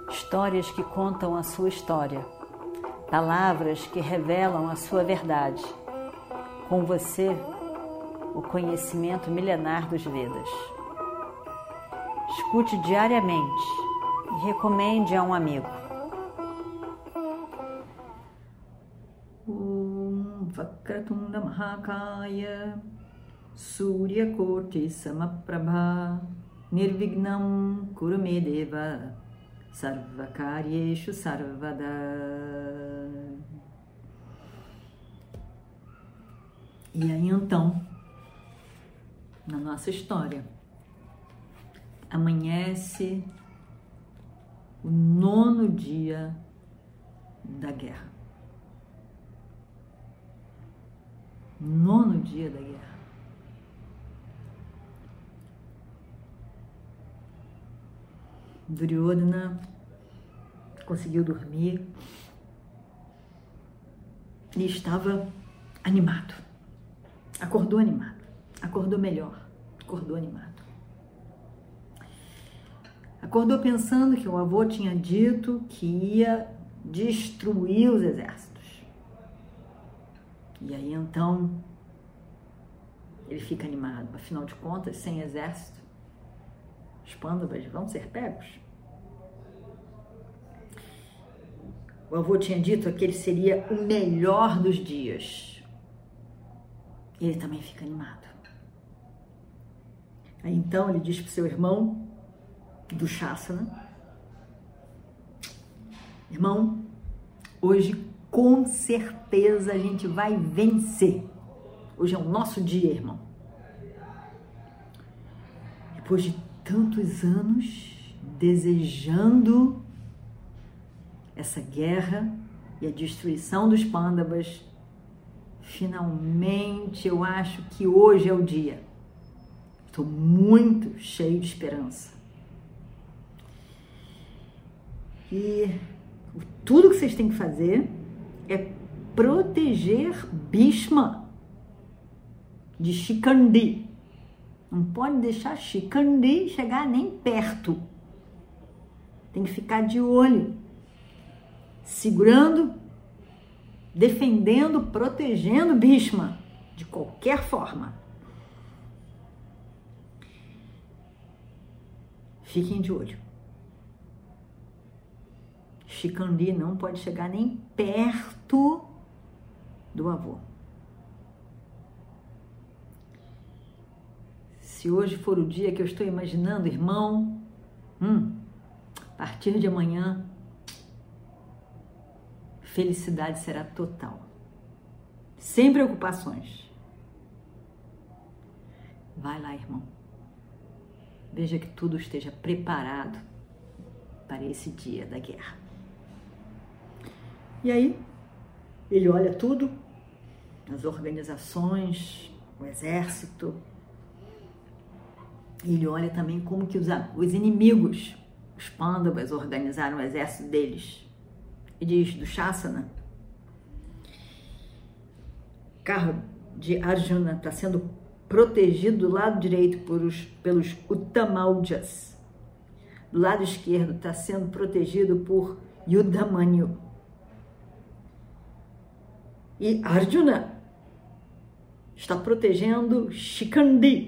histórias que contam a sua história, palavras que revelam a sua verdade. Com você, o conhecimento milenar dos Vedas. Escute diariamente e recomende a um amigo. Om Vakratunda Mahakaya Suryakoti Samaprabha Nirvignam Kurumedeva Sarvakaryeshu Sarvada. E aí então, na nossa história, amanhece o 9º dia da guerra. 9º dia da guerra. Duryodhana conseguiu dormir e estava animado. Acordou animado, acordou melhor, acordou animado. Acordou pensando que o avô tinha dito que ia destruir os exércitos. E aí então ele fica animado. Afinal de contas, sem exército, os pândavas vão ser pegos. O avô tinha dito que ele seria o melhor dos dias. Ele também fica animado. Aí então ele diz para o seu irmão, do Shasana: irmão, hoje com certeza a gente vai vencer. Hoje é o nosso dia, irmão. Depois de tantos anos desejando essa guerra e a destruição dos Pândavas, finalmente eu acho que hoje é o dia. Estou muito cheio de esperança. E tudo que vocês têm que fazer é proteger Bhishma de Shikhandi. Não pode deixar Shikhandi chegar nem perto. Tem que ficar de olho, segurando, defendendo, protegendo Bhishma de qualquer forma. Fiquem de olho. Shikhandi não pode chegar nem perto do avô. Se hoje for o dia que eu estou imaginando, irmão, a partir de amanhã, felicidade será total. Sem preocupações. Vai lá, irmão. Veja que tudo esteja preparado para esse dia da guerra. E aí, ele olha tudo, as organizações, o exército. Ele olha também como que os inimigos, os Pândavas, organizaram o exército deles. E diz do Shasana: o carro de Arjuna está sendo protegido do lado direito pelos Uttamaujas. Do lado esquerdo está sendo protegido por Yudhamanyu. E Arjuna está protegendo Shikhandi.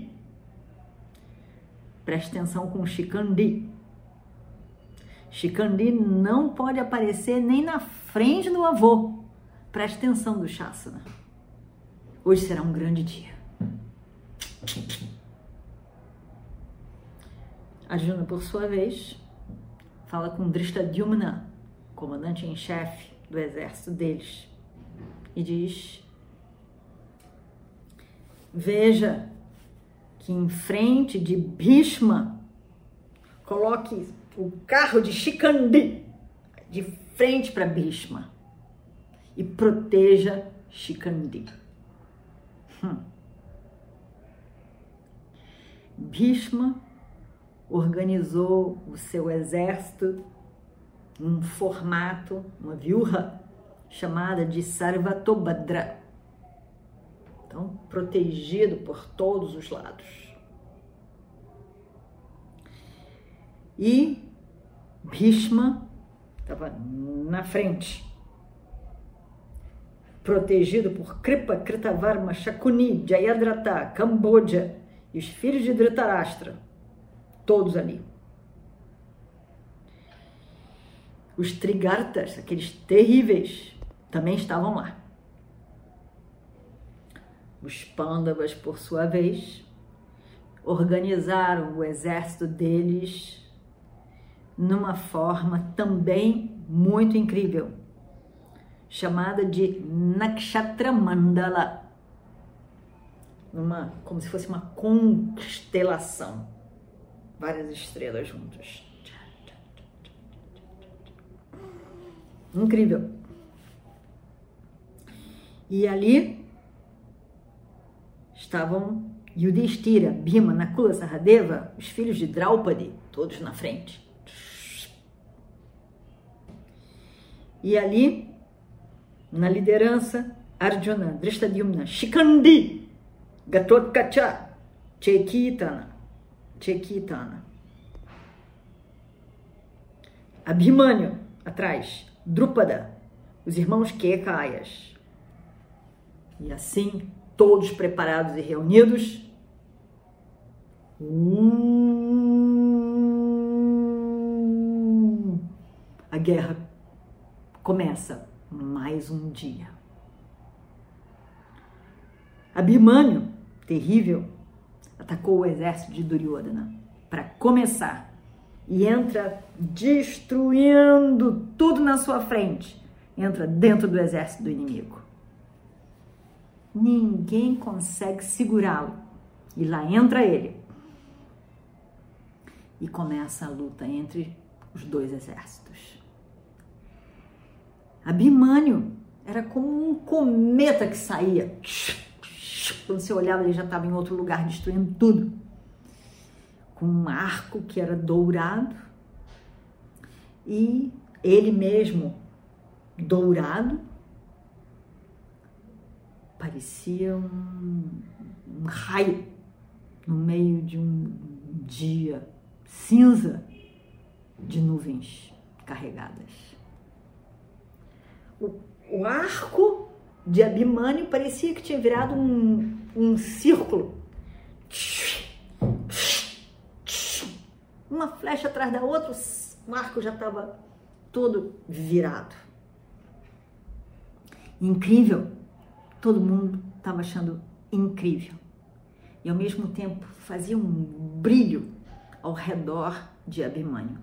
Preste atenção com Shikhandi. Shikhandi não pode aparecer nem na frente do avô. Preste atenção do Shasana. Hoje será um grande dia. Arjuna, por sua vez, fala com Drishtadyumna, comandante em chefe do exército deles, e diz: veja que em frente de Bhishma, coloque o carro de Shikhandi de frente para Bhishma e proteja Shikhandi. Bhishma organizou o seu exército num formato, uma vyuha chamada de Sarvatobhadra. Então, protegido por todos os lados. E Bhishma estava na frente, protegido por Kripa, Kritavarma, Shakuni, Jayadratha, Camboja e os filhos de Dhritarashtra, todos ali. Os Trigartas, aqueles terríveis, também estavam lá. Os Pandavas, por sua vez, organizaram o exército deles numa forma também muito incrível, chamada de Nakshatra Mandala, como se fosse uma constelação, várias estrelas juntas. Incrível. E ali estavam Yudhishthira, Bhima, Nakula, Sahadeva, os filhos de Draupadi, todos na frente. E ali, na liderança, Arjuna, Drishtadyumna, Shikandi, Gatotkacha, Cekitana, Abhimanyu, atrás, Drupada, os irmãos Kekayas. E assim, todos preparados e reunidos, a guerra começa mais um dia. Abhimanyu, terrível, atacou o exército de Duryodhana para começar e entra destruindo tudo na sua frente, entra dentro do exército do inimigo. Ninguém consegue segurá-lo e lá entra ele. E começa a luta entre os dois exércitos. Abhimanyu era como um cometa que saía. Quando você olhava, ele já estava em outro lugar, destruindo tudo. Com um arco que era dourado. E ele mesmo, dourado, parecia um raio no meio de um dia cinza de nuvens carregadas. O arco de Abhimanyu parecia que tinha virado um círculo. Uma flecha atrás da outra, o arco já estava todo virado. Incrível. Todo mundo estava achando incrível. E ao mesmo tempo fazia um brilho ao redor de Abhimanyu.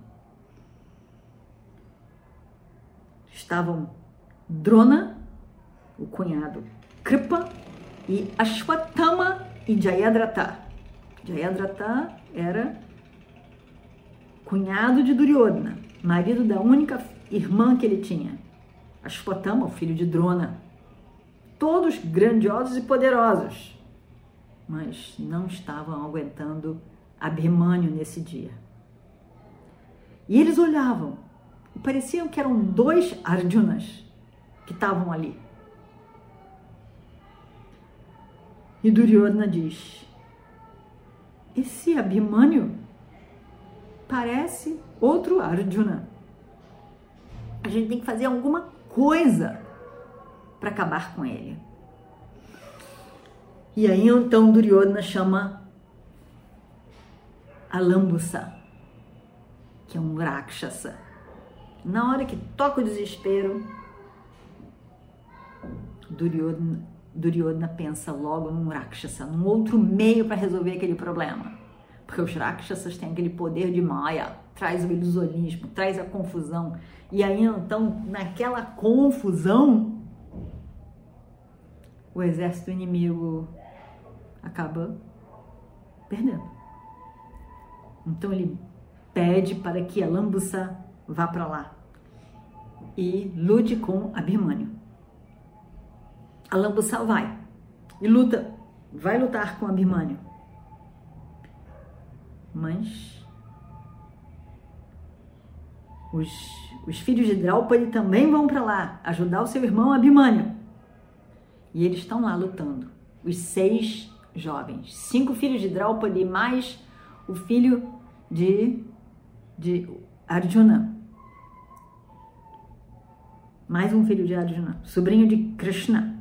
Estavam Drona, o cunhado Kripa, e Ashwatthama e Jayadratha. Jayadratha era cunhado de Duryodhana, marido da única irmã que ele tinha. Ashwatthama, o filho de Drona. Todos grandiosos e poderosos, mas não estavam aguentando Abhimanyu nesse dia. E eles olhavam, e pareciam que eram dois Arjunas que estavam ali. E Duryodhana diz: esse Abhimanyu parece outro Arjuna. A gente tem que fazer alguma coisa para acabar com ele. E aí então Duryodhana chama Alambusa, que é um Rakshasa. Na hora que toca o desespero, Duryodhana pensa logo num Rakshasa, num outro meio para resolver aquele problema. Porque os Rakshasas têm aquele poder de Maya, traz o ilusionismo, traz a confusão. E aí então, naquela confusão, o exército inimigo acaba perdendo. Então ele pede para que Alambusa vá para lá e lute com Abhimanyu. Alambusa vai e vai lutar com Abhimanyu. Mas os filhos de Draupadi também vão para lá ajudar o seu irmão Abhimanyu. E eles estão lá lutando. Os 6 jovens. 5 filhos de Draupadi mais o filho de Arjuna. Mais um filho de Arjuna, sobrinho de Krishna.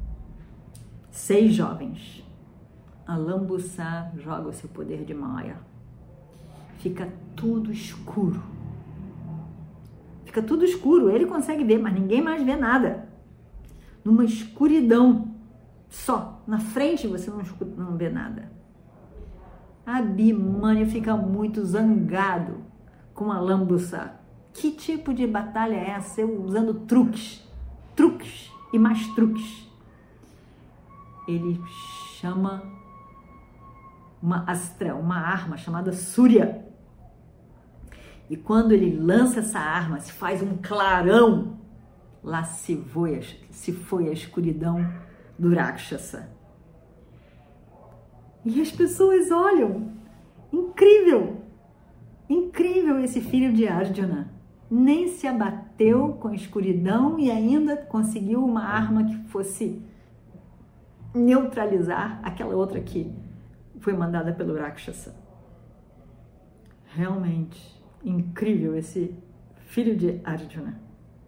6 jovens. Alambuçá joga o seu poder de Maya. Fica tudo escuro. Fica tudo escuro. Ele consegue ver, mas ninguém mais vê nada. Numa escuridão só. Na frente você não vê nada. Abhimanyu fica muito zangado com Alambuçá. Que tipo de batalha é essa? Eu usando truques e mais truques. Ele chama uma astra, uma arma chamada Surya. E quando ele lança essa arma, se faz um clarão. Lá se foi a escuridão do Rakshasa. E as pessoas olham. Incrível! Incrível esse filho de Arjuna. Nem se abateu com a escuridão e ainda conseguiu uma arma que fosse neutralizar aquela outra que foi mandada pelo Rakshasa. Realmente incrível esse filho de Arjuna.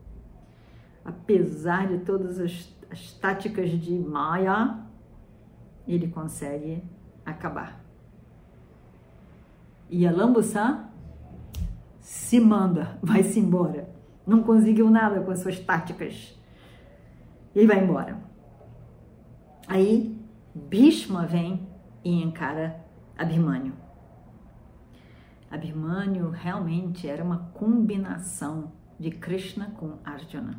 Apesar de todas as táticas de Maya, ele consegue acabar. E Alambuçá se manda, vai-se embora. Não conseguiu nada com as suas táticas. E ele vai embora. Aí Bhishma vem e encara Abhimanyu. Abhimanyu realmente era uma combinação de Krishna com Arjuna.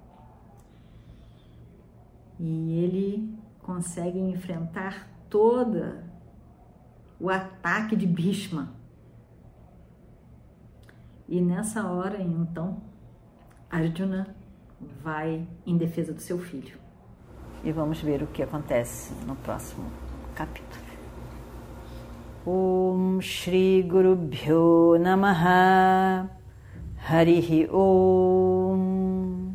E ele consegue enfrentar todo o ataque de Bhishma. E nessa hora, então, Arjuna vai em defesa do seu filho. E vamos ver o que acontece no próximo capítulo. Om Shri Guru Bhyo Namaha Harihi Om.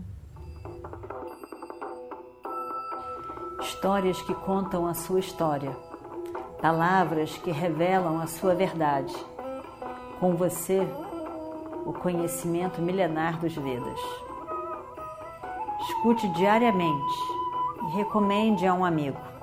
Histórias que contam a sua história. Palavras que revelam a sua verdade. Com você, o conhecimento milenar dos Vedas. Escute diariamente e recomende a um amigo.